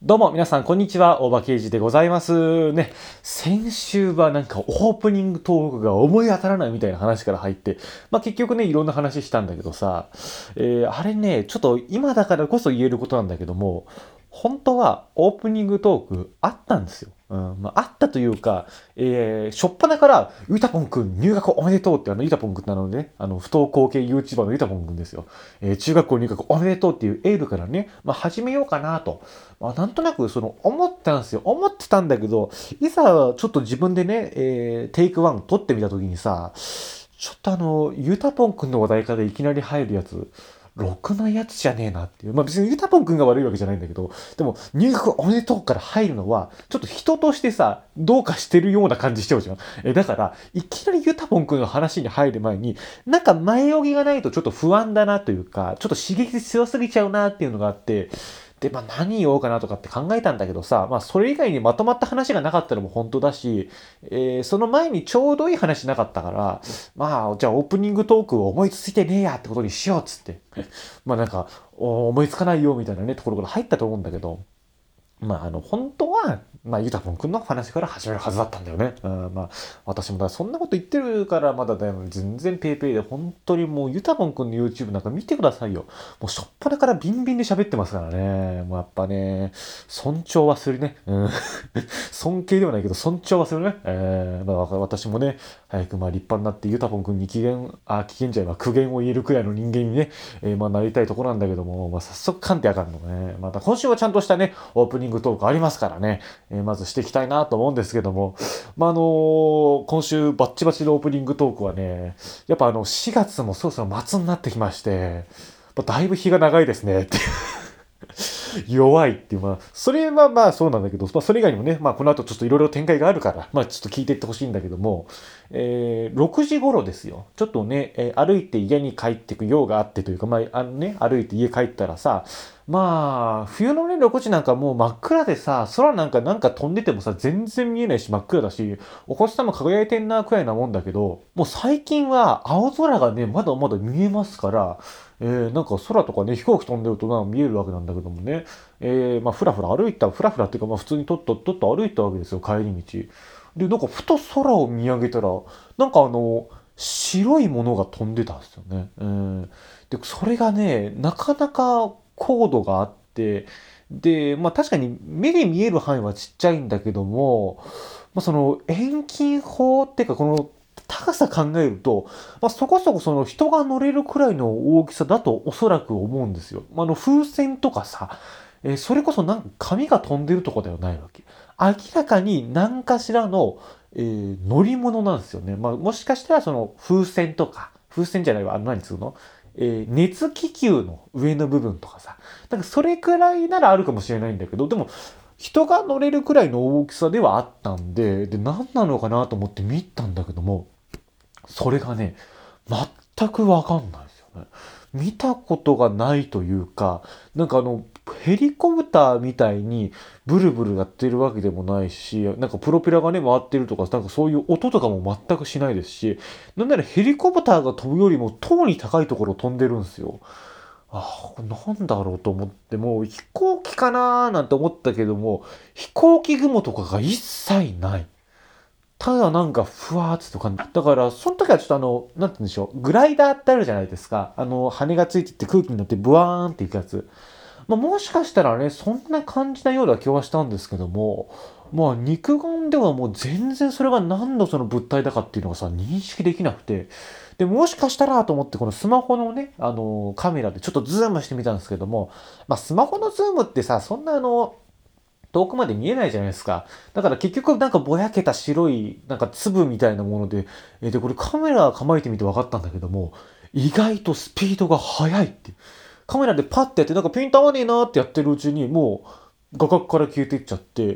どうも皆さんこんにちは、大場啓二でございますね。先週はなんかオープニングトークが思い当たらないみたいな話から入って、結局ねいろんな話したんだけどさ、あれねちょっと今だからこそ言えることなんだけども、本当はオープニングトークあったんですよ。あったというか、初っ端からゆたぽんくん入学おめでとうってゆたぽんくんなのでね、不登校系 YouTuber のゆたぽんくんですよ。中学校入学おめでとうっていうエールからね、始めようかなと。なんとなく思ったんですよ。思ってたんだけど、いざちょっと自分でね、テイクワン撮ってみた時にさ、ちょっとゆたぽんくんの話題からいきなり入るやつ、ろくなやつじゃねえなっていう。別にゆたぽんくんが悪いわけじゃないんだけど、でも入学おめでとうから入るのは、ちょっと人としてさ、どうかしてるような感じしちゃうじゃん。だから、いきなりゆたぽんくんの話に入る前に、なんか前置きがないとちょっと不安だなというか、ちょっと刺激強すぎちゃうなっていうのがあって、で、何言おうかなとかって考えたんだけどさ、それ以外にまとまった話がなかったのも本当だし、その前にちょうどいい話なかったから、じゃあオープニングトークを思いついてねえやってことにしようっつって。なんか、思いつかないよみたいなね、ところから入ったと思うんだけど、本当は、ゆたぽんくんの話から始めるはずだったんだよね。私もそんなこと言ってるからまだだよ。全然ペーペーで、本当にもうゆたぽんくんの YouTube なんか見てくださいよ。もうしょっぱなからビンビンで喋ってますからね。もうやっぱね、尊重はするね。尊敬ではないけど、尊重はするね。私もね、早く立派になってゆたぽんくんに苦言を言えるくらいの人間にね、なりたいところなんだけども、早速かんてあかんのね。また今週はちゃんとしたね、オープニングトークありますからね、まずしていきたいなと思うんですけども、今週バッチバチのオープニングトークはね、やっぱ4月もそろそろ末になってきまして、だいぶ日が長いですねって弱いっていう、それはそうなんだけど、それ以外にもね、この後ちょっといろいろ展開があるから、ちょっと聞いていってほしいんだけども、6時頃ですよ。ちょっとね、歩いて家に帰ってく用があってというか、歩いて家帰ったらさ、冬のね、6時なんかもう真っ暗でさ、空なんか飛んでてもさ、全然見えないし真っ暗だし、お星様輝いてんなくらいなもんだけど、もう最近は青空がね、まだまだ見えますから、なんか空とかね、飛行機飛んでると見えるわけなんだけどもね、ふらふらっていうか、普通にとっと歩いたわけですよ、帰り道。で、なんかふと空を見上げたら、なんか白いものが飛んでたんですよね。で、それがね、なかなか高度があって、で、確かに目で見える範囲はちっちゃいんだけども、その遠近法っていうか、この高さ考えると、そこそこその人が乗れるくらいの大きさだとおそらく思うんですよ。風船とかさ、それこそなんか紙が飛んでるとかではないわけ。明らかに何かしらの、乗り物なんですよね。もしかしたらその風船とか、風船じゃないわ、何つうの、熱気球の上の部分とかさ、なんかそれくらいならあるかもしれないんだけど、でも人が乗れるくらいの大きさではあったんで、何なのかなと思って見たんだけども、それがね、全くわかんないですよね。見たことがないというか、なんかヘリコプターみたいにブルブルやってるわけでもないし、なんかプロペラがね回ってるとか、なんかそういう音とかも全くしないですし、なんならヘリコプターが飛ぶよりもとうに高いところを飛んでるんですよ。なんだろうと思って、もう飛行機かなーなんて思ったけども、飛行機雲とかが一切ない。ただなんかふわーっと感じ。だから、その時はちょっとなんて言うんでしょう。グライダーってあるじゃないですか。羽がついてって空気に乗ってブワーンっていくやつ。もしかしたらね、そんな感じなような気はしたんですけども、肉眼ではもう全然それが何のその物体だかっていうのがさ、認識できなくて、で、もしかしたらと思ってこのスマホのね、カメラでちょっとズームしてみたんですけども、スマホのズームってさ、そんな遠くまで見えないじゃないですか。だから結局なんかぼやけた白いなんか粒みたいなもので、で、これカメラ構えてみて分かったんだけども、意外とスピードが速いっていう。カメラでパッてやってなんかピント合わねえなってやってるうちにもう画角から消えていっちゃって、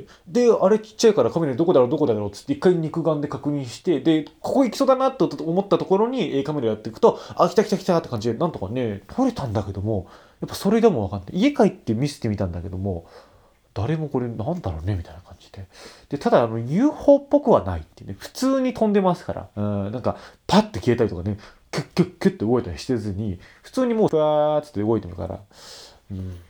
で、あれちっちゃいからカメラでどこだろうっつって一回肉眼で確認して、で、ここ行きそうだなと思ったところにカメラやっていくと、来たって感じでなんとかね、撮れたんだけども、やっぱそれでも分かんない。家帰って見せてみたんだけども、誰もこれなんだろうねみたいな感じで。で、ただUFO っぽくはないっていうね、普通に飛んでますから、なんかパッて消えたりとかね、キュッキュッキュッって動いたりしてずに、普通にもうふわーっつって動いてるから、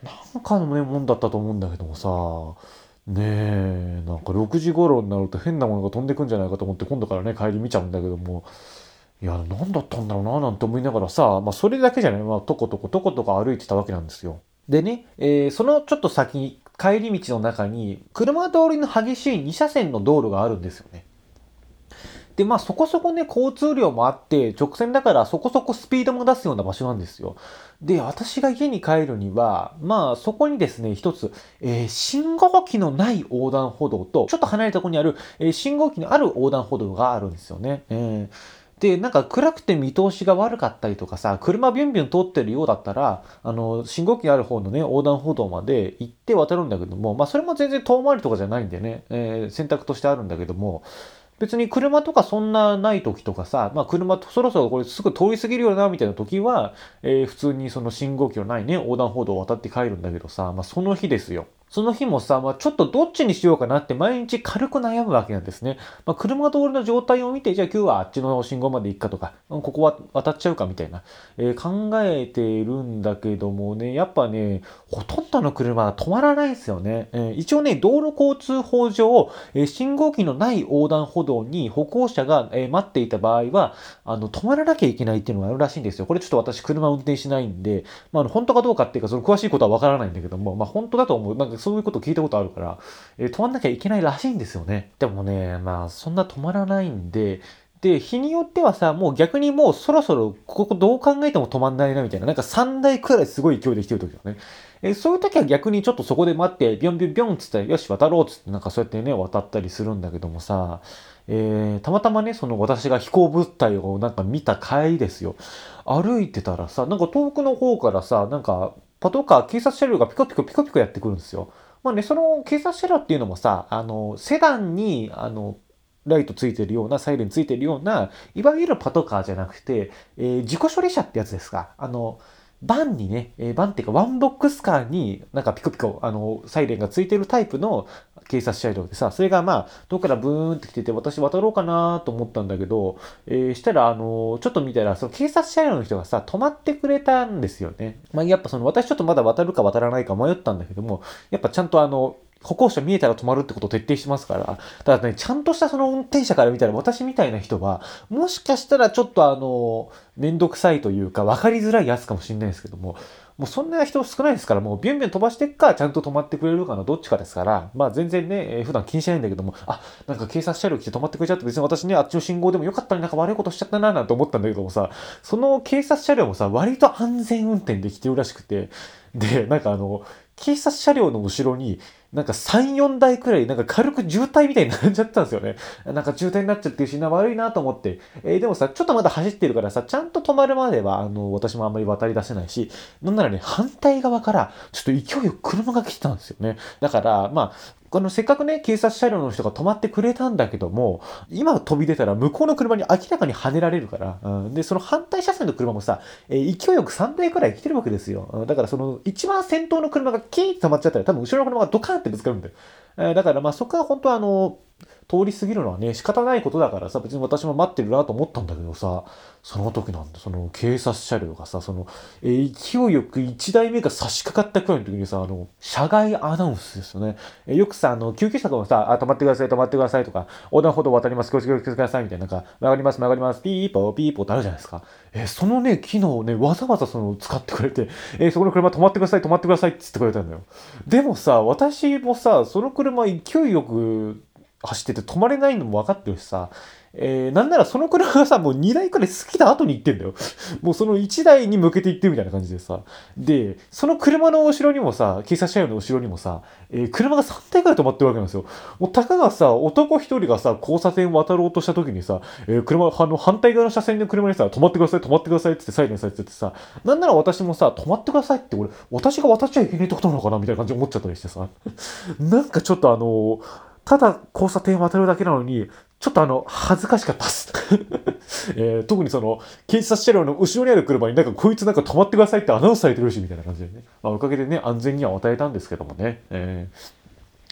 なんかのね、もんだったと思うんだけどもさ、ねえ、なんか6時頃になると変なものが飛んでくんじゃないかと思って今度からね、帰り見ちゃうんだけども、いや、なんだったんだろうな、なんて思いながらさ、まあそれだけじゃない、まあとことか歩いてたわけなんですよ。でね、そのちょっと先、帰り道の中に、車通りの激しい2車線の道路があるんですよね。で、まあそこそこね、交通量もあって、直線だからそこそこスピードも出すような場所なんですよ。で、私が家に帰るには、まあそこにですね、一つ、信号機のない横断歩道と、ちょっと離れたところにある、信号機のある横断歩道があるんですよね。で、なんか暗くて見通しが悪かったりとかさ、車ビュンビュン通ってるようだったら、信号機ある方のね、横断歩道まで行って渡るんだけども、まあそれも全然遠回りとかじゃないんでね、選択としてあるんだけども、別に車とかそんなない時とかさ、まあ車とそろそろこれすぐ通り過ぎるよなみたいな時は、普通にその信号機のないね、横断歩道を渡って帰るんだけどさ、まあその日ですよ。その日もさ、まあ、ちょっとどっちにしようかなって毎日軽く悩むわけなんですね。まあ、車通りの状態を見て、じゃあ今日はあっちの信号まで行くかとか、ここは渡っちゃうかみたいな、考えているんだけどもね、やっぱね、ほとんどの車が止まらないんですよね。一応ね、道路交通法上、信号機のない横断歩道に歩行者が、待っていた場合は、止まらなきゃいけないっていうのがあるらしいんですよ。これちょっと私車運転しないんで、まあ、本当かどうかっていうか、その詳しいことはわからないんだけども、まあ、本当だと思う。なんかそういうこと聞いたことあるから、止まんなきゃいけないらしいんですよね。でもね、まあ、そんな止まらないんで、で、日によってはさ、もう逆にもうそろそろここどう考えても止まんないなみたいな、なんか3台くらいすごい勢いで来てる時はね。そういう時は逆にちょっとそこで待って、ビョンビョンビョンっつって、よし、渡ろうっつって、なんかそうやってね、渡ったりするんだけどもさ、たまたまね、その私が飛行物体をなんか見た帰りですよ。歩いてたらさ、なんか遠くの方からさ、なんかパトカー、警察車両がピコピコピコピコやってくるんですよ。まあね、その警察車両っていうのもさ、セダンに、ライトついてるような、サイレンついてるような、いわゆるパトカーじゃなくて、自己処理車ってやつですか。バンにね、バンっていうかワンボックスカーになんかピコピコ、サイレンがついてるタイプの警察車両でさ、それがまあ、どっからブーンって来てて、私渡ろうかなと思ったんだけど、したら、ちょっと見たら、その警察車両の人がさ、止まってくれたんですよね。まあ、やっぱその、私ちょっとまだ渡るか渡らないか迷ったんだけども、やっぱちゃんと歩行者見えたら止まるってことを徹底してますから、ただね、ちゃんとしたその運転者から見たら私みたいな人は、もしかしたらちょっとめんどくさいというか、分かりづらいやつかもしれないですけども、もうそんな人少ないですから、もうビュンビュン飛ばしてっか、ちゃんと止まってくれるかのどっちかですから、まあ全然ね、普段気にしないんだけども、あ、なんか警察車両来て止まってくれちゃって別に私ね、あっちの信号でもよかったのになんか悪いことしちゃったななんて思ったんだけどもさ、その警察車両もさ、割と安全運転できてるらしくて、で、なんか警察車両の後ろに、なんか3、4台くらい、なんか軽く渋滞みたいになっちゃったんですよね。なんか渋滞になっちゃってるしな、悪いなと思って。でもさ、ちょっとまだ走ってるからさ、ちゃんと止まるまでは、私もあんまり渡り出せないし、なんならね、反対側から、ちょっと勢いよく車が来てたんですよね。だから、まあ、せっかくね、警察車両の人が止まってくれたんだけども、今飛び出たら向こうの車に明らかに跳ねられるから、で、その反対車線の車もさ、勢いよく3台くらい来てるわけですよ。だからその一番先頭の車がキーッと止まっちゃったら多分後ろの車がドカーンってぶつかるんだよ。だからまあそこは本当は通り過ぎるのはね、仕方ないことだからさ、別に私も待ってるなと思ったんだけどさ、その時なんだ、その警察車両がさ、勢いよく1台目が差し掛かったくらいの時にさ、車外アナウンスですよね。よくさ、救急車とかもさ、止まってください、止まってくださいとか、横断歩道渡ります、気をつけてくださいみたいな、なんか、曲がります、曲がります、ピーポー、ピーポーってあるじゃないですか。そのね、機能をね、わざわざ使ってくれて、そこの車止まってください、止まってくださいって言ってくれたんだよ。でもさ、私もさ、その車勢いよく走ってて止まれないのも分かってるしさ、なんならその車がさ、もう2台くらい過ぎた後に行ってんだよ。もうその1台に向けて行ってるみたいな感じでさ。で、その車の後ろにもさ、警察車両の後ろにもさ、車が3台くらい止まってるわけなんですよ。もうたかがさ、男1人がさ、交差点渡ろうとした時にさ、反対側の車線の車にさ、止まってください、止まってくださいってサイレンされててさ、なんなら私もさ、止まってくださいって私が渡っちゃいけないってことなのかなみたいな感じで思っちゃったりしてさ。なんかちょっとただ交差点渡るだけなのに、ちょっと恥ずかしかったっす。特に警察車両の後ろにある車になんかこいつなんか止まってくださいってアナウンスされてるし、みたいな感じでね。まあ、おかげでね、安全には渡れたんですけどもね。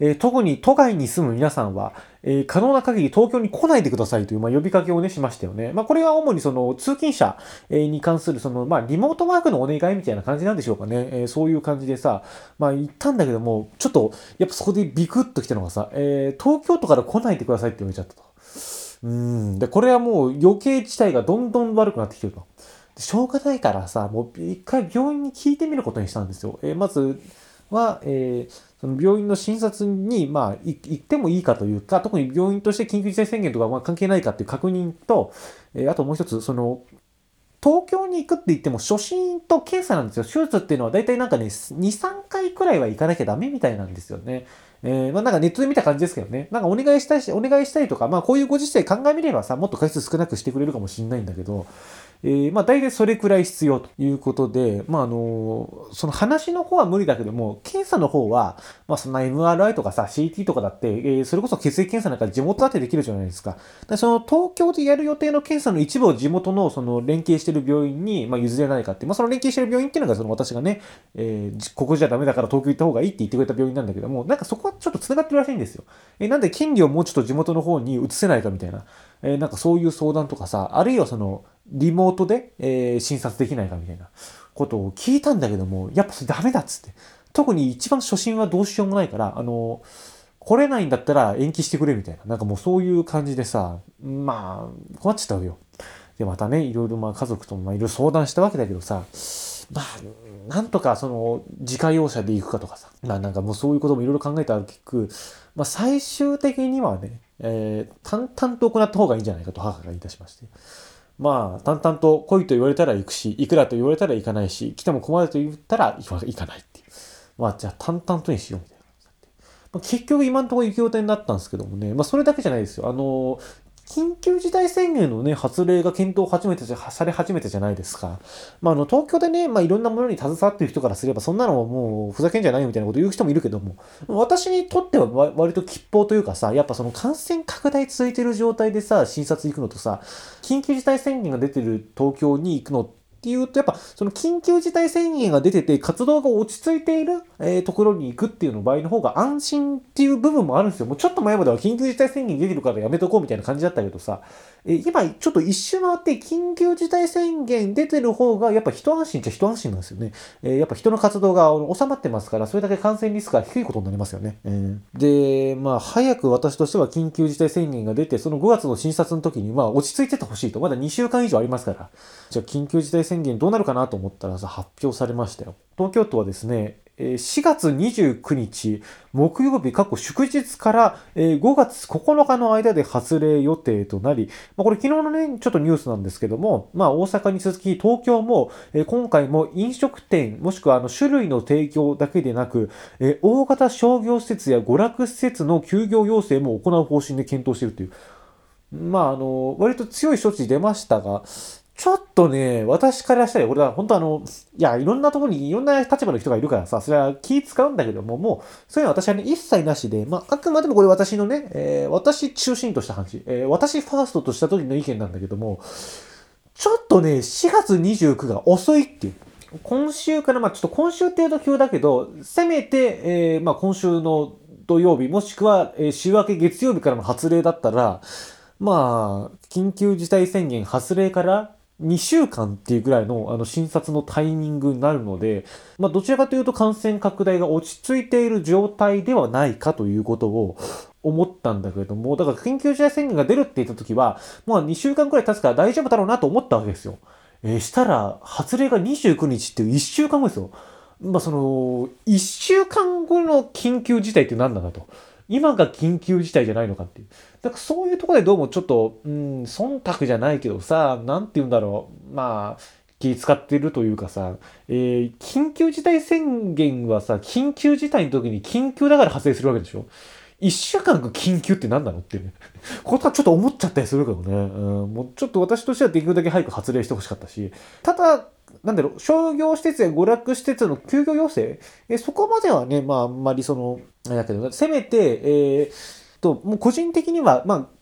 特に都外に住む皆さんは、可能な限り東京に来ないでくださいという、呼びかけをね、しましたよね。これは主にその通勤者に関するリモートワークのお願いみたいな感じなんでしょうかね。そういう感じでさ、言ったんだけども、ちょっと、やっぱそこでビクッときたのがさ、東京都から来ないでくださいって言われちゃったと。で、これはもう余計事態がどんどん悪くなってきてると。しょうがないからさ、もう一回病院に聞いてみることにしたんですよ。まずは、その病院の診察に、行ってもいいかというか、特に病院として緊急事態宣言とか関係ないかっていう確認と、あともう一つ、東京に行くって言っても初診と検査なんですよ。手術っていうのは大体なんかね、2、3回くらいは行かなきゃダメみたいなんですよね。なんかネットで見た感じですけどね。なんかお願いしたりとか、こういうご時世考えみればさ、もっと回数少なくしてくれるかもしれないんだけど、大体それくらい必要ということで、その話の方は無理だけども、検査の方は、そんな MRI とかさ、CT とかだって、それこそ血液検査なんか地元だってできるじゃないですか。その東京でやる予定の検査の一部を地元のその連携している病院に、譲れないかって、その連携している病院っていうのがその私がね、ここじゃダメだから東京行った方がいいって言ってくれた病院なんだけども、なんかそこはちょっと繋がってるらしいんですよ。なんで権利をもうちょっと地元の方に移せないかみたいな、なんかそういう相談とかさ、あるいはその、リモートで、診察できないかみたいなことを聞いたんだけども、やっぱそれダメだっつって。特に一番初診はどうしようもないから、来れないんだったら延期してくれみたいな。なんかもうそういう感じでさ、困っちゃったわけよ。で、またね、いろいろ家族ともいろいろ相談したわけだけどさ、なんとかその自家用車で行くかとかさ、なんかもうそういうこともいろいろ考えた結局、最終的にはね、淡々と行った方がいいんじゃないかと母が言い出しまして。淡々と来いと言われたら行くし、いくらと言われたら行かないし、来ても困ると言ったら行かないっていう。じゃあ淡々とにしようみたいな。結局今のところ行く予定になったんですけどもね、それだけじゃないですよ。緊急事態宣言のね、発令が検討され始めてじゃないですか。東京でね、いろんなものに携わっている人からすれば、そんなのもうふざけんじゃないよみたいなこと言う人もいるけども、私にとっては割と吉報というかさ、やっぱその感染拡大続いてる状態でさ、診察行くのとさ、緊急事態宣言が出てる東京に行くのっていうと、やっぱその緊急事態宣言が出てて活動が落ち着いている、ところに行くっていうの場合の方が安心っていう部分もあるんですよ。もうちょっと前までは緊急事態宣言出てるからやめとこうみたいな感じだったけどさ、今ちょっと一周回って緊急事態宣言出てる方がやっぱ一安心っちゃ一安心なんですよね。やっぱ人の活動が収まってますから、それだけ感染リスクが低いことになりますよね。で、早く私としては緊急事態宣言が出て、その5月の診察の時に落ち着いててほしいと。まだ2週間以上ありますから。じゃあ緊急事態宣言どうなるかなと思ったらさ、発表されましたよ。東京都はですね、4月29日木曜日祝日から5月9日の間で発令予定となり、これ昨日のね、ちょっとニュースなんですけども、大阪に続き東京も今回も飲食店もしくは酒類の提供だけでなく、大型商業施設や娯楽施設の休業要請も行う方針で検討しているという、割と強い処置出ましたが、ちょっとね、私からしたら、これは本当いろんなところにいろんな立場の人がいるからさ、それは気使うんだけども、もう、そういうのは私はね、一切なしで、あくまでもこれ私のね、私中心とした話、私ファーストとした時の意見なんだけども、ちょっとね、4月29が遅いっていう。今週から、ちょっと今週っていうと急だけど、せめて、今週の土曜日、もしくは、週明け月曜日からの発令だったら、緊急事態宣言発令から2週間っていうぐらいの診察のタイミングになるので、どちらかというと感染拡大が落ち着いている状態ではないかということを思ったんだけども、だから緊急事態宣言が出るって言った時は、2週間くらい経つから大丈夫だろうなと思ったわけですよ。したら、発令が29日っていう1週間後ですよ。1週間後の緊急事態って何なんだと。今が緊急事態じゃないのかっていう。だからそういうところでどうもちょっと、忖度じゃないけどさ、なんて言うんだろう。気使ってるというかさ、緊急事態宣言はさ、緊急事態の時に緊急だから発生するわけでしょ。一週間が緊急って何なのっていうね。ことはちょっと思っちゃったりするけどね。もうちょっと私としてはできるだけ早く発令してほしかったし、ただ、商業施設や娯楽施設の休業要請、そこまではね、あんまりだけど、せめて、もう個人的には、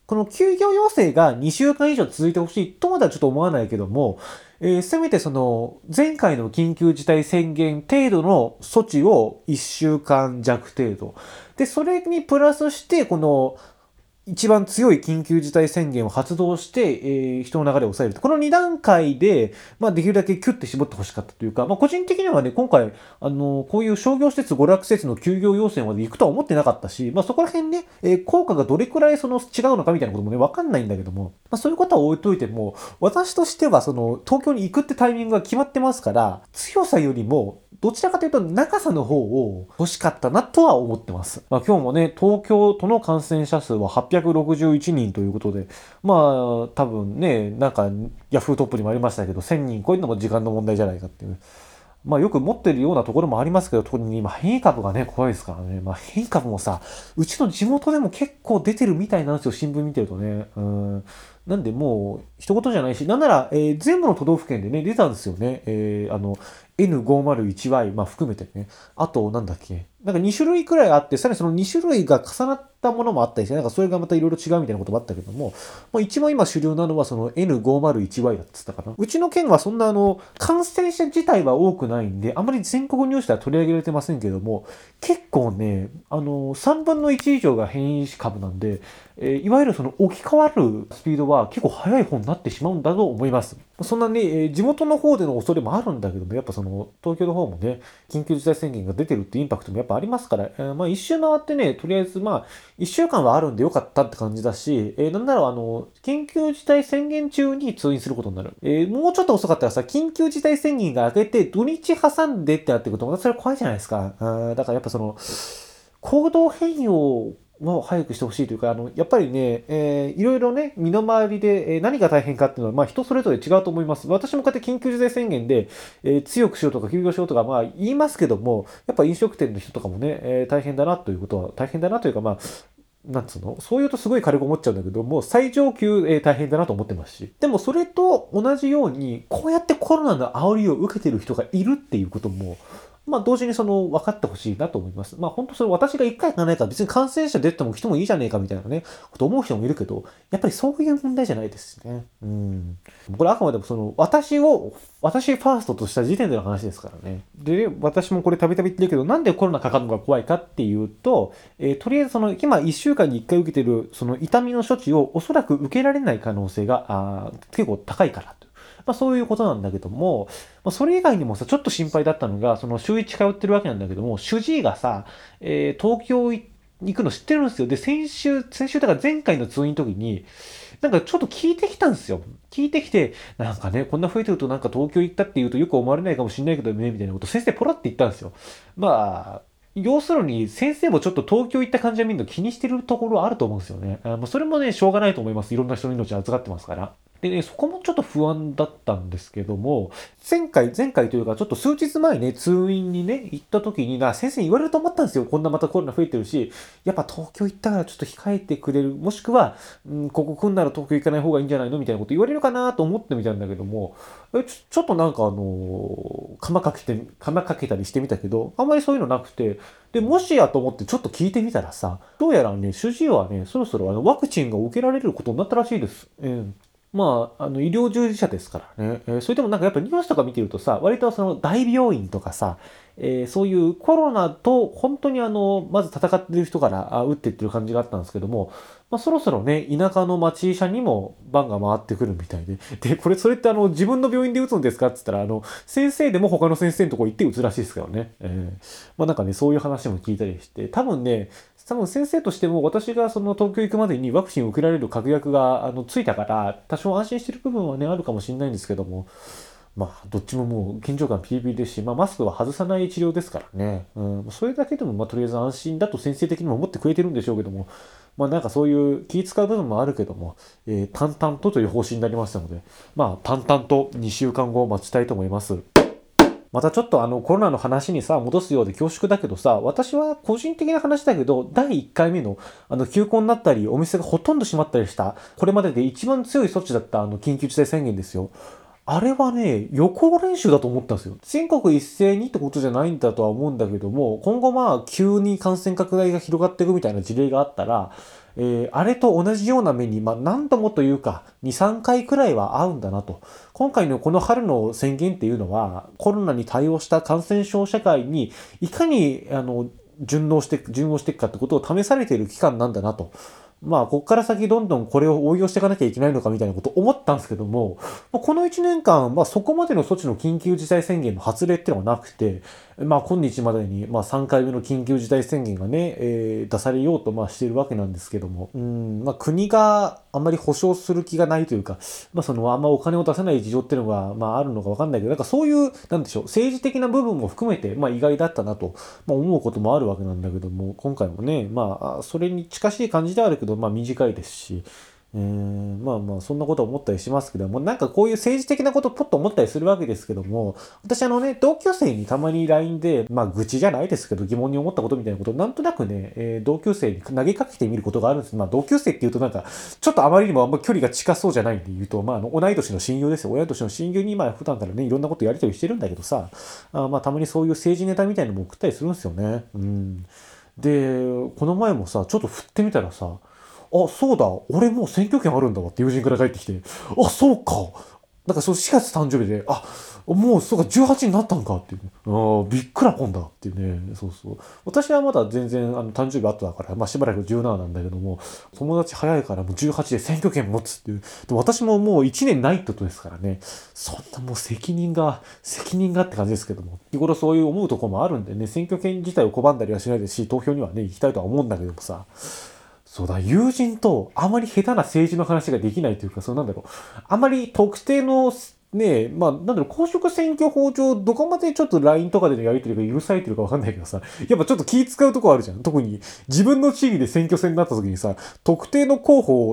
この休業要請が2週間以上続いてほしいとまではちょっと思わないけども、せめてその前回の緊急事態宣言程度の措置を1週間弱程度。で、それにプラスして、この一番強い緊急事態宣言を発動して、人の流れを抑えると。この2段階で、できるだけキュッて絞ってほしかったというか、個人的にはね、今回、こういう商業施設、娯楽施設の休業要請まで行くとは思ってなかったし、そこら辺ね、効果がどれくらい違うのかみたいなこともね、わかんないんだけども、そういうことは置いといても、私としては、東京に行くってタイミングが決まってますから、強さよりも、どちらかというと長さの方を欲しかったなとは思ってます。今日もね、東京都の感染者数は861人ということで、多分ね、ヤフートップにもありましたけど、1000人超えるのも時間の問題じゃないかっていう。よく持ってるようなところもありますけど、特に今変異株がね、怖いですからね。変異株もさ、うちの地元でも結構出てるみたいなんですよ、新聞見てるとね。なんでもう、一言じゃないし、なんなら、全部の都道府県でね、出たんですよね。N501Y、含めてね。あと、2種類くらいあって、さらにその2種類が重なったものもあったりして、それがまたいろいろ違うみたいなこともあったけども、一番今主流なのはその N501Y だっつったかな。うちの県はそんな感染者自体は多くないんで、あまり全国ニュースでは取り上げられてませんけども、結構ね、3分の1以上が変異株なんで、いわゆるその置き換わるスピードは結構速い方になってしまうんだと思います。そんなね、地元の方での恐れもあるんだけども、やっぱ東京の方もね、緊急事態宣言が出てるってインパクトもやっぱありますから、一周回ってね、とりあえず一週間はあるんでよかったって感じだし、なんなら緊急事態宣言中に通院することになる。もうちょっと遅かったらさ、緊急事態宣言が明けて土日挟んでってなってくると、またそれ怖いじゃないですか。だからやっぱ行動変容を早くしてほしいというか、やっぱりね、いろいろね、身の回りで、何が大変かっていうのは、人それぞれ違うと思います。私もこうやって緊急事態宣言で、強くしようとか休業しようとか、言いますけども、やっぱ飲食店の人とかもね、大変だなということは、大変だなというか、なんつうのそう言うとすごい軽く思っちゃうんだけども、最上級、大変だなと思ってますし。でもそれと同じように、こうやってコロナの煽りを受けてる人がいるっていうことも、同時に分かってほしいなと思います。本当それ私が一回かないから別に感染者出ても来てもいいじゃねえかみたいなね、こと思う人もいるけど、やっぱりそういう問題じゃないですね。これあくまでも私ファーストとした時点での話ですからね。で、私もこれたびたび言ってるけど、なんでコロナかかるのが怖いかっていうと、とりあえず今1週間に1回受けてる痛みの処置をおそらく受けられない可能性が結構高いからと。そういうことなんだけども、それ以外にもさ、ちょっと心配だったのが、週1通ってるわけなんだけども、主治医がさ、東京行くの知ってるんですよ。で、先週だから前回の通院の時に、ちょっと聞いてきたんですよ。聞いてきて、こんな増えてると東京行ったって言うとよく思われないかもしれないけどね、みたいなこと先生ポロって言ったんですよ。要するに先生もちょっと東京行った患者見るの気にしてるところはあると思うんですよね。それもね、しょうがないと思います。いろんな人の命預かってますから。でね、そこもちょっと不安だったんですけども、前回というか、ちょっと数日前ね、通院にね、行った時に先生に言われると思ったんですよ。こんなまたコロナ増えてるし、やっぱ東京行ったからちょっと控えてくれる。もしくは、ここ来んなら東京行かない方がいいんじゃないのみたいなこと言われるかなと思ってみたんだけども、ちょっと釜かけたりしてみたけど、あんまりそういうのなくて、で、もしやと思ってちょっと聞いてみたらさ、どうやらね、主治医はね、そろそろワクチンが受けられることになったらしいです。医療従事者ですからね。それでもやっぱニュースとか見てるとさ、割と大病院とかさ、そういうコロナと本当にまず戦ってる人から打ってってる感じがあったんですけども、そろそろね、田舎の町医者にも番が回ってくるみたいで。で、それって自分の病院で打つんですかって言ったら、先生でも他の先生のとこ行って打つらしいですからね。そういう話も聞いたりして、多分先生としても私が東京行くまでにワクチンを受けられる確約がついたから、多少安心してる部分はね、あるかもしれないんですけども、どっちももう緊張感ピリピリですし、マスクは外さない治療ですからね。それだけでもとりあえず安心だと先生的にも思ってくれてるんでしょうけども、そういう気使う部分もあるけども、淡々とという方針になりましたので、淡々と2週間後を待ちたいと思います。またちょっとコロナの話にさ、戻すようで恐縮だけどさ、私は個人的な話だけど、第1回目の休校になったり、お店がほとんど閉まったりした、これまでで一番強い措置だった緊急事態宣言ですよ。あれはね、予行練習だと思ったんですよ。全国一斉にってことじゃないんだとは思うんだけども、今後急に感染拡大が広がっていくみたいな事例があったら、 あれと同じような目に、何度もというか、2、3回くらいは合うんだなと。今回のこの春の宣言っていうのは、コロナに対応した感染症社会に、いかに、順応していくかってことを試されている期間なんだなと。こっから先どんどんこれを応用していかなきゃいけないのかみたいなことを思ったんですけども、この1年間、そこまでの措置の緊急事態宣言の発令っていうのはなくて、今日までに、3回目の緊急事態宣言がね、出されようと、しているわけなんですけども、国があまり保証する気がないというか、あんまお金を出せない事情っていうのが、あるのかわかんないけど、なんかそういう、なんでしょう、政治的な部分も含めて、意外だったなと、思うこともあるわけなんだけども、今回もね、それに近しい感じではあるけど、短いですし、そんなこと思ったりしますけども、なんかこういう政治的なことをポッと思ったりするわけですけども、私同級生にたまに LINE で、愚痴じゃないですけど疑問に思ったことみたいなことをなんとなくね、同級生に投げかけてみることがあるんです。同級生って言うとなんか、ちょっとあまりにもあんま距離が近そうじゃないんで言うと、同い年の親友ですよ。同い年の親友に普段からね、いろんなことやり取りしてるんだけどさ、たまにそういう政治ネタみたいなのも送ったりするんですよね。で、この前もさ、ちょっと振ってみたらさ、そうだ、俺もう選挙権あるんだわって友人から帰ってきて、そうか。なんか4月誕生日で、もうそうか、18になったんかっていうね。びっくらこんだっていうね。そうそう。私はまだ全然誕生日後だから、しばらく17なんだけども、友達早いからもう18で選挙権持つっていう。でも私ももう1年ないってことですからね。そんなもう責任がって感じですけども。日頃そういう思うところもあるんでね、選挙権自体を拒んだりはしないですし、投票にはね、行きたいとは思うんだけどもさ。そうだ、友人とあまり下手な政治の話ができないというか、あまり特定のね、公職選挙法上、どこまでちょっと LINE とかでのやり取りが許されてるかわかんないけどさ、やっぱちょっと気使うとこあるじゃん。特に自分の地域で選挙戦になった時にさ、特定の候補を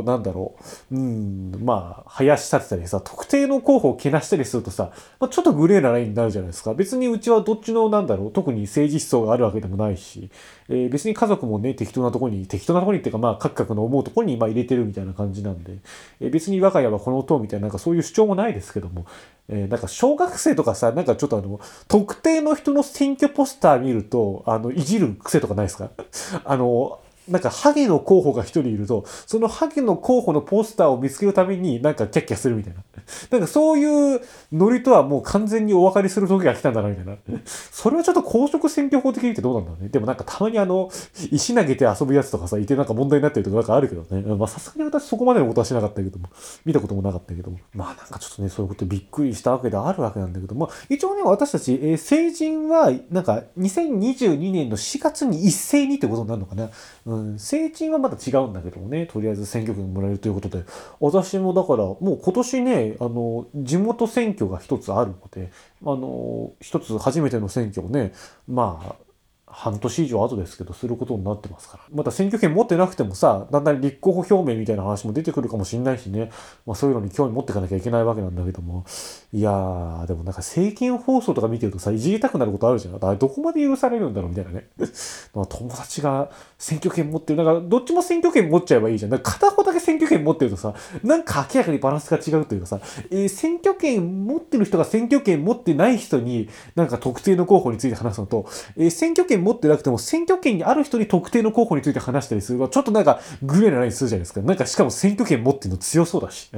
林立てたりさ、特定の候補をけなしたりするとさ、ちょっとグレーなラインになるじゃないですか。別にうちはどっちの特に政治思想があるわけでもないし、別に家族もね、適当なところにっていうか、各々の思うところに入れてるみたいな感じなんで、別に我が家はこの党みたいな、そういう主張もないですけども、小学生とかさ、ちょっと特定の人の選挙ポスター見ると、いじる癖とかないですか？ハゲの候補が一人いると、そのハゲの候補のポスターを見つけるためにキャッキャするみたいな。そういうノリとはもう完全にお別れする時が来たんだな、みたいな。それはちょっと公職選挙法的にってどうなんだろうね。でもたまに石投げて遊ぶやつとかさ、いて問題になってるとかあるけどね。さすがに私そこまでのことはしなかったけども、見たこともなかったけども。ちょっとね、そういうことびっくりしたわけであるわけなんだけども、一応ね、私たち、成人は、2022年の4月に一斉にってことになるのかな。成人はまだ違うんだけどもね、とりあえず選挙権もらえるということで、私もだから、もう今年ね、地元選挙が一つあるので、一つ初めての選挙をね、半年以上後ですけど、することになってますから。また選挙権持ってなくてもさ、だんだん立候補表明みたいな話も出てくるかもしれないしね、そういうのに興味持っていかなきゃいけないわけなんだけども。いやー、でも政見放送とか見てるとさ、いじりたくなることあるじゃん。どこまで許されるんだろうみたいなね。友達が選挙権持ってる、どっちも選挙権持っちゃえばいいじゃん。片方だけ選挙権持ってるとさ、明らかにバランスが違うというかさ、選挙権持ってる人が選挙権持ってない人に特定の候補について話すのと、選挙権持ってなくても選挙権にある人に特定の候補について話したりするのはちょっとグレーなラインするじゃないですか。しかも選挙権持ってるの強そうだし。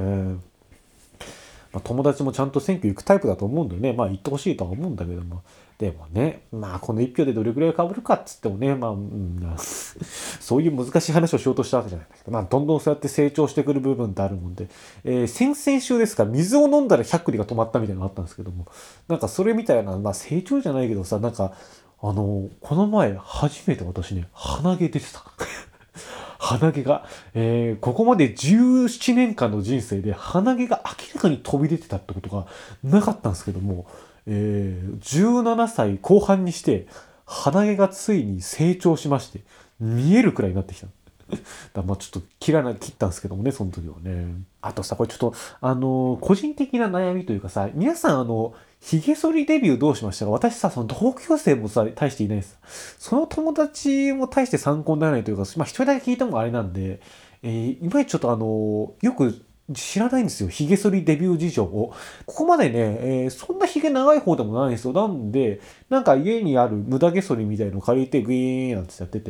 友達もちゃんと選挙行くタイプだと思うんだよね。行ってほしいとは思うんだけども。でもね、この一票でどれくらい被るかっつってもね、そういう難しい話をしようとしたわけじゃないんだけど、どんどんそうやって成長してくる部分ってあるもんで、先々週ですか、水を飲んだら100里が止まったみたいなのがあったんですけども、それみたいな、成長じゃないけどさ、この前初めて私ね、鼻毛出てた。鼻毛が、ここまで17年間の人生で鼻毛が明らかに飛び出てたってことがなかったんですけども、17歳後半にして鼻毛がついに成長しまして、見えるくらいになってきた。ちょっと切ったんですけどもね、その時はね。あとさ、これちょっと、個人的な悩みというかさ、皆さん髭剃りデビューどうしましたか？私さ、その同級生もさ、大していないです。その友達も大して参考にならないというか、一人だけ聞いてもあれなんで、いまいちちょっとよく知らないんですよ。髭剃りデビュー事情を。ここまでね、そんな髭長い方でもないんですよ。なんで、家にある無駄毛剃りみたいの借りてグイーンなんてやってて、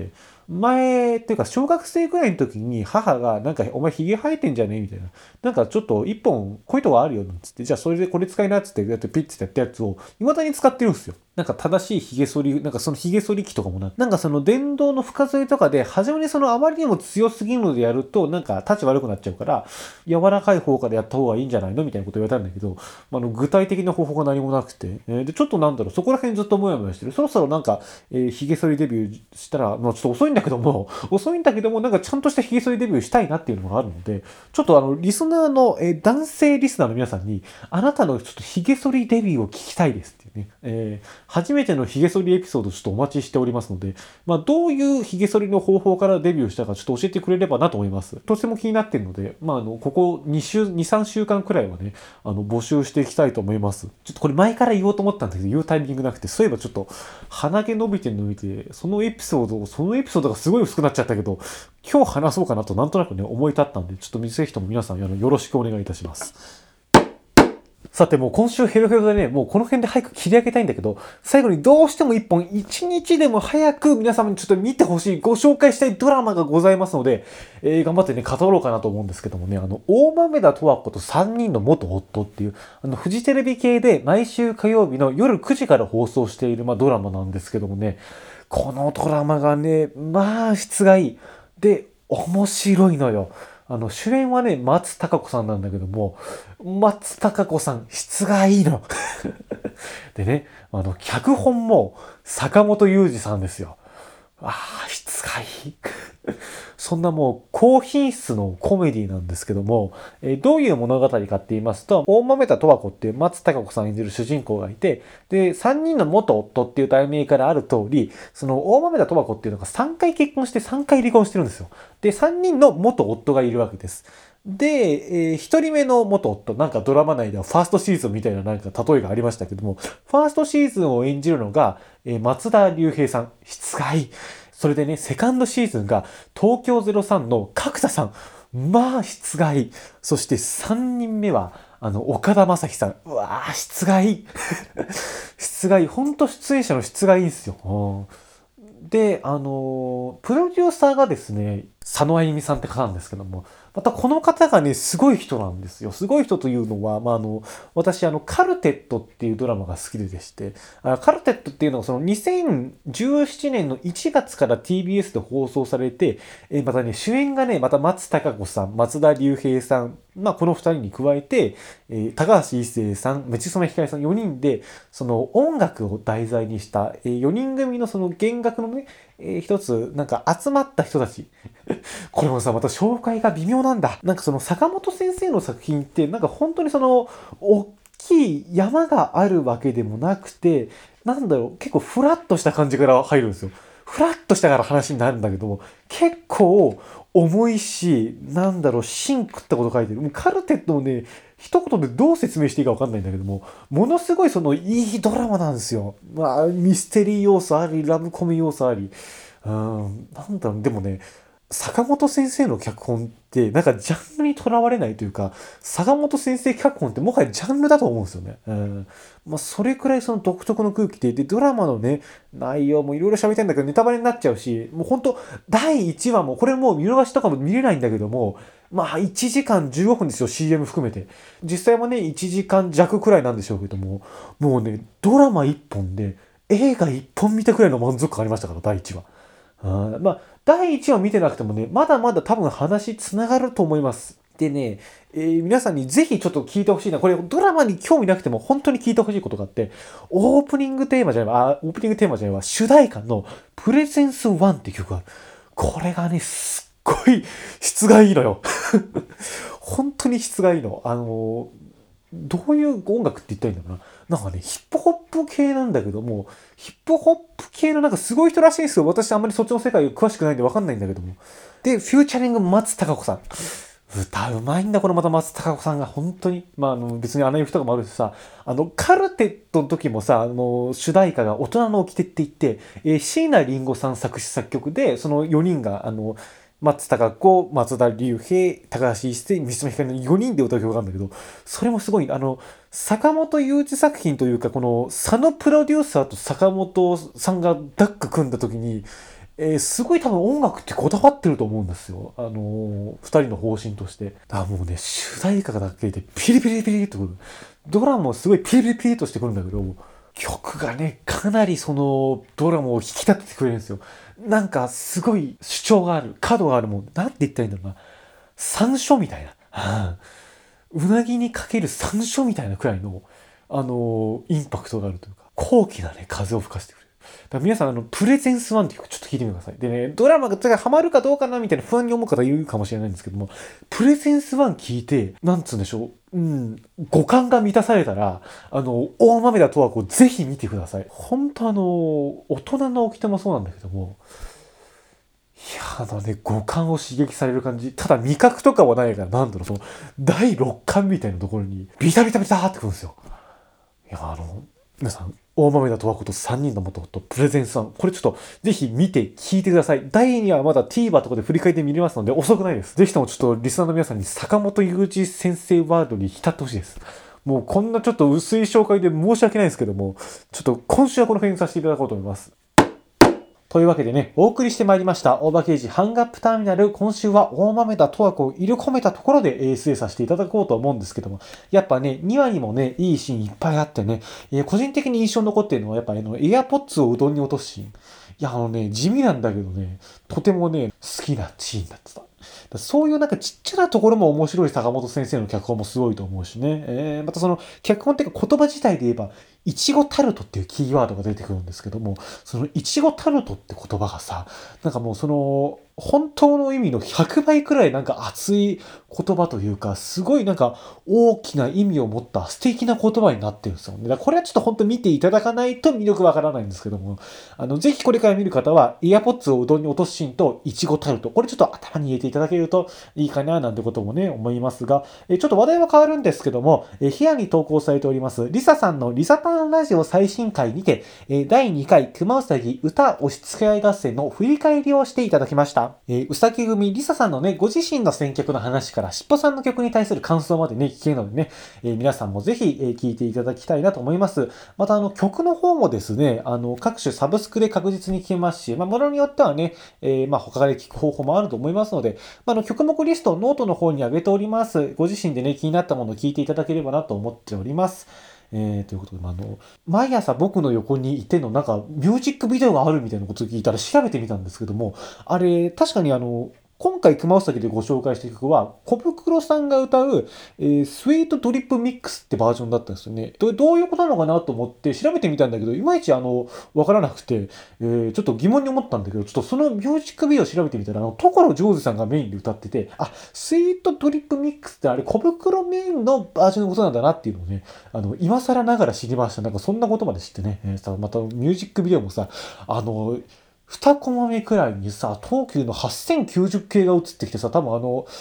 前っていうか小学生ぐらいの時に母がなんかお前ひげ生えてんじゃねえみたいな。なんかちょっと一本こういうとこあるよなんつって、じゃあそれでこれ使いなっつってやってピッてやったやつを未だに使ってるんですよ。なんか正しいひげ剃り、なんかそのひげ剃り機とかもなんかその電動の深剃りとかで、初めにそのあまりにも強すぎるのでやると、なんか立ち悪くなっちゃうから、柔らかい方からやった方がいいんじゃないのみたいなこと言われたんだけど、具体的な方法が何もなくて、で、ちょっとなんだろう、そこら辺ずっともやもやしてる。そろそろなんか、ひげ剃りデビューしたら、まあちょっと遅いんだけども、なんかちゃんとしたひげ剃りデビューしたいなっていうのがあるので、ちょっとリスナーの、男性リスナーの皆さんに、あなたのちょっとひげ剃りデビューを聞きたいですっていうね。初めてのひげ剃りエピソードちょっとお待ちしておりますので、どういうひげ剃りの方法からデビューしたかちょっと教えてくれればなと思います。とても気になっているので、ここ2、3週間くらいはね、募集していきたいと思います。ちょっとこれ前から言おうと思ったんだけど、言うタイミングなくて、そういえばちょっと鼻毛伸びてそのエピソードがすごい薄くなっちゃったけど、今日話そうかなとなんとなくね、思い立ったんで、ちょっとぜひとも皆さんよろしくお願いいたします。さてもう今週ヘロヘロでね、もうこの辺で早く切り上げたいんだけど、最後にどうしても一日でも早く皆様にちょっと見てほしい、ご紹介したいドラマがございますので、頑張ってね、語ろうかなと思うんですけどもね、大豆田十和子と3人の元夫っていう、フジテレビ系で毎週火曜日の夜9時から放送している、ドラマなんですけどもね、このドラマがね、質がいい。で、面白いのよ。主演はね、松たか子さんなんだけども、松たか子さん、質がいいの。でね、脚本も坂本雄二さんですよ。質がいい。そんなもう高品質のコメディなんですけども、どういう物語かって言いますと、大豆田十和子っていう松たか子さん演じる主人公がいて、で、3人の元夫っていう題名からある通り、その大豆田十和子っていうのが3回結婚して3回離婚してるんですよ。で、3人の元夫がいるわけです。で、一人目の元夫、なんかドラマ内ではファーストシーズンみたいななんか例えがありましたけども、ファーストシーズンを演じるのが、松田龍平さん、質がいい。それでね、セカンドシーズンが東京03の角田さん。質がいい。そして3人目は、岡田将生さん。質がいい。質がいい。ほんと出演者の質がいいんですよ。で、プロデューサーがですね、佐野あゆみさんって方なんですけども、またこの方がね、すごい人なんですよ。すごい人というのは、私、カルテットっていうドラマが好きでして、カルテットっていうのは、その2017年の1月から TBS で放送されて、またね、主演がね、また松たか子さん、松田龍平さん、この2人に加えて、高橋一生さん、道染ひかりさん4人で、その音楽を題材にした、4人組のその弦楽のね、一つ、なんか集まった人たち。これもさ、また紹介が微妙なんだ。なんかその坂本先生の作品って、なんか本当にその、大きい山があるわけでもなくて、結構フラッとした感じから入るんですよ。フラッとしたから話になるんだけども、結構重いし、芯食ったこと書いてる。もうカルテットもね、一言でどう説明していいか分かんないんだけども、ものすごいいいドラマなんですよ。ミステリー要素あり、ラブコメ要素あり。でもね、坂本先生の脚本って、なんかジャンルにとらわれないというか、坂本先生脚本ってもはやジャンルだと思うんですよね。それくらいその独特の空気で、ドラマのね、内容もいろいろ喋りたいんだけど、ネタバレになっちゃうし、もうほんと、第1話も、これもう見逃しとかも見れないんだけども、1時間15分ですよ、CM 含めて。実際もね、1時間弱くらいなんでしょうけども、もうね、ドラマ1本で、映画1本見たくらいの満足感ありましたから、第1話。第1話見てなくてもね、まだまだ多分話つながると思います。でね、皆さんにぜひちょっと聞いてほしいな。これドラマに興味なくても本当に聞いてほしいことがあって、オープニングテーマじゃないわ、主題歌のプレゼンス1っていう曲がある。これがね、すっごい質がいいのよ。本当に質がいいの。どういう音楽って言ったらいいんだろうな。なんかね、ヒップホップ系なんだけども、ヒップホップ系のなんかすごい人らしいんですよ。私あんまりそっちの世界詳しくないんでわかんないんだけども。で、フューチャリング松たか子さん。歌うまいんだ、このまた松たか子さんが。本当に。別にあの人とかもあるしさ、カルテットの時もさ、主題歌が大人の掟って言って、椎名林檎さん作詞作曲で、その4人が、松たか子、松田龍平、高橋一生、三島ひかりの4人で歌う曲があるんだけど、それもすごい、坂本雄二作品というか、この佐野プロデューサーと坂本さんがダック組んだ時に、 すごい多分音楽ってこだわってると思うんですよ。二人の方針として。だからもうね、主題歌だけでピリピリピリとくる。ドラマもすごいピリピリとしてくるんだけど、曲がね、かなりそのドラマを引き立ててくれるんですよ。なんかすごい主張がある、角があるもん。なんて言ったらいいんだろうな。山椒みたいな。うなぎにかける山椒みたいなくらいの、インパクトがあるというか、高貴なね、風を吹かせてくれる。だから皆さん、プレゼンス1って曲ちょっと聞いてみてください。でね、ドラマがハマるかどうかなみたいな不安に思う方いるかもしれないんですけども、プレゼンス1聞いて、なんつうんでしょう、五感が満たされたら、大豆田とはぜひ見てください。本当大人の起きてもそうなんだけども、いや、五感を刺激される感じ。ただ味覚とかはないから、なんだろう、その、第六感みたいなところに、ビタビタビターってくるんですよ。いや、皆さん、大豆田とわこと3人の元とプレゼンス1。これちょっと、ぜひ見て、聞いてください。第2話はまだ TVer とかで振り返って見れますので、遅くないです。ぜひともちょっと、リスナーの皆さんに坂本雄二先生ワールドに浸ってほしいです。もうこんなちょっと薄い紹介で申し訳ないですけども、ちょっと今週はこの辺にさせていただこうと思います。というわけでね、お送りしてまいりました、大場刑事ハンガップターミナル。今週は大豆田とわ子を入れ込めたところで ASA させていただこうと思うんですけども、やっぱね、2話にもね、いいシーンいっぱいあってね、個人的に印象に残っているのは、やっぱエアポッツをうどんに落とすシーン。いや、地味なんだけどね、とてもね、好きなシーンだった。そういうなんかちっちゃなところも面白い坂本先生の脚本もすごいと思うしね。またその脚本っていうか言葉自体で言えば、いちごタルトっていうキーワードが出てくるんですけども、そのいちごタルトって言葉がさ、なんかもうその、本当の意味の100倍くらいなんか熱い言葉というか、すごいなんか大きな意味を持った素敵な言葉になってるんですよね。だからこれはちょっと本当見ていただかないと魅力わからないんですけども、ぜひこれから見る方は、イヤポッツをうどんに落とすシーンといちごタルト、これちょっと頭に入れていただけるといいかななんてこともね、思いますが、ちょっと話題は変わるんですけども、部屋に投稿されております、リサさんのリサパンラジオ最新回にて、第2回熊うさぎ歌押し付け合い合戦の振り返りをしていただきました。うさぎ組リサさんのね、ご自身の選曲の話からしっぽさんの曲に対する感想までね、聞けるのでね、皆さんもぜひ、聞いていただきたいなと思います。また曲の方もですね、各種サブスクで確実に聴けますし、ものによってはね、他で聴く方法もあると思いますので、曲目リストをノートの方に上げております。ご自身でね、気になったものを聞いていただければなと思っております。ということで、毎朝僕の横にいてのなんかミュージックビデオがあるみたいなことを聞いたら調べてみたんですけども、あれ、確かに今回熊うさぎでご紹介した曲は、小袋さんが歌う、スイートドリップミックスってバージョンだったんですよね。どういうことなのかなと思って調べてみたんだけど、いまいちわからなくて、ちょっと疑問に思ったんだけど、ちょっとそのミュージックビデオを調べてみたら、所ジョージさんがメインで歌ってて、あ、スイートドリップミックスってあれ小袋メインのバージョンのことなんだなっていうのをね、今更ながら知りました。なんかそんなことまで知ってね、またミュージックビデオもさ、2コマ目くらいにさ、東急の8090系が映ってきてさ、多分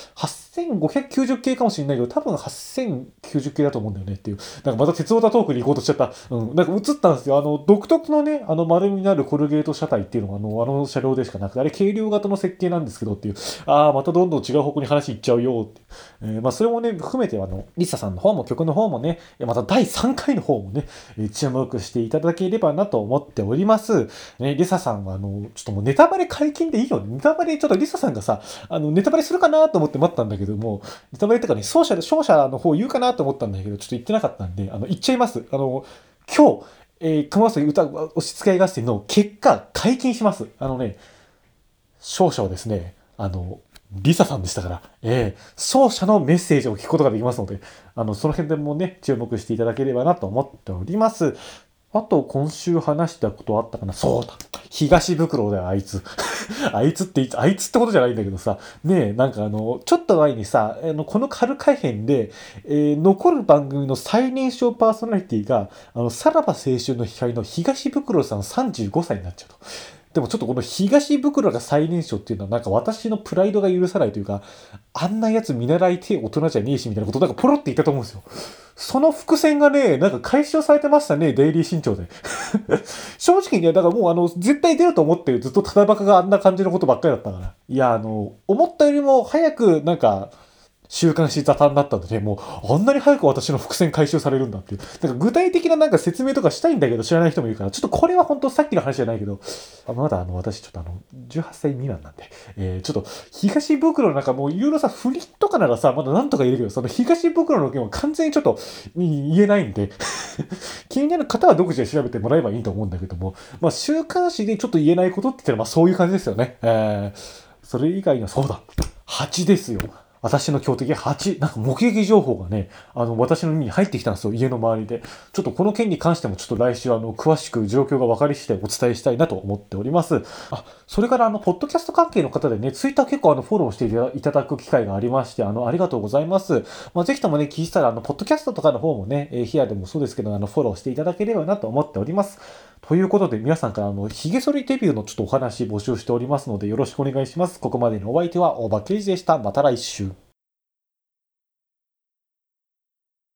8590系かもしれないけど、多分8090系だと思うんだよねっていう。なんかまた鉄オタトークに行こうとしちゃった。なんか映ったんですよ。独特のね、丸みのあるコルゲート車体っていうのが車両でしかなくて、あれ軽量型の設計なんですけどっていう。またどんどん違う方向に話いっちゃうよっていう。それもね、含めてリサさんの方も曲の方もね、また第3回の方もね、注目していただければなと思っております。ね、リサさんはちょっともうネタバレ解禁でいいよね。ネタバレ、ちょっとリサさんがさ、ネタバレするかなと思って待ったんだけども、ネタバレとかね、勝者の方言うかなと思ったんだけど、ちょっと言ってなかったんで、言っちゃいます。今日、熊崎歌押し付け合い合戦の結果、解禁します。勝者はですね、リサさんでしたから、勝者のメッセージを聞くことができますので、その辺でもね、注目していただければなと思っております。あと、今週話したことあったかな。そうだ。東袋だよ、あいつ。あいつってことじゃないんだけどさ。ねえ、なんかちょっと前にさ、この春改編で、残る番組の最年少パーソナリティが、さらば青春の光の東袋さん35歳になっちゃうと。でもちょっとこの東袋が最年少っていうのはなんか私のプライドが許さないというか、あんなやつ見習いて大人じゃねえしみたいなことなんかポロって言ったと思うんですよ。その伏線がね、なんか解消されてましたね、デイリー新潮で。正直ね、だからもう絶対出ると思ってずっとただバカがあんな感じのことばっかりだったから。いや、思ったよりも早くなんか、 週刊誌沙汰になったんでね、もう、あんなに早く私の伏線回収されるんだっていう。なんか具体的ななんか説明とかしたいんだけど知らない人もいるから、ちょっとこれは本当さっきの話じゃないけど、まだ私ちょっと18歳未満なんで、ちょっと東袋なんかもういろいろさ、不倫とかならさ、まだなんとか言えるけど、その東袋の件は完全にちょっと言えないんで、気になる方は独自で調べてもらえばいいと思うんだけども、まあ週刊誌でちょっと言えないことって言ったらまあそういう感じですよね。それ以外にはそうだ。蜂ですよ。私の強敵8、なんか目撃情報がね、私の耳に入ってきたんですよ、家の周りで。ちょっとこの件に関してもちょっと来週詳しく状況が分かり次第お伝えしたいなと思っております。それからポッドキャスト関係の方でね、ツイッター結構フォローしていただく機会がありまして、ありがとうございます。ぜひともね、聞いたらポッドキャストとかの方もね、ヒアでもそうですけど、フォローしていただければなと思っております。ということで皆さんから髭剃りデビューのちょっとお話募集しておりますのでよろしくお願いします。ここまでのお相手は大場圭司でした。また来週。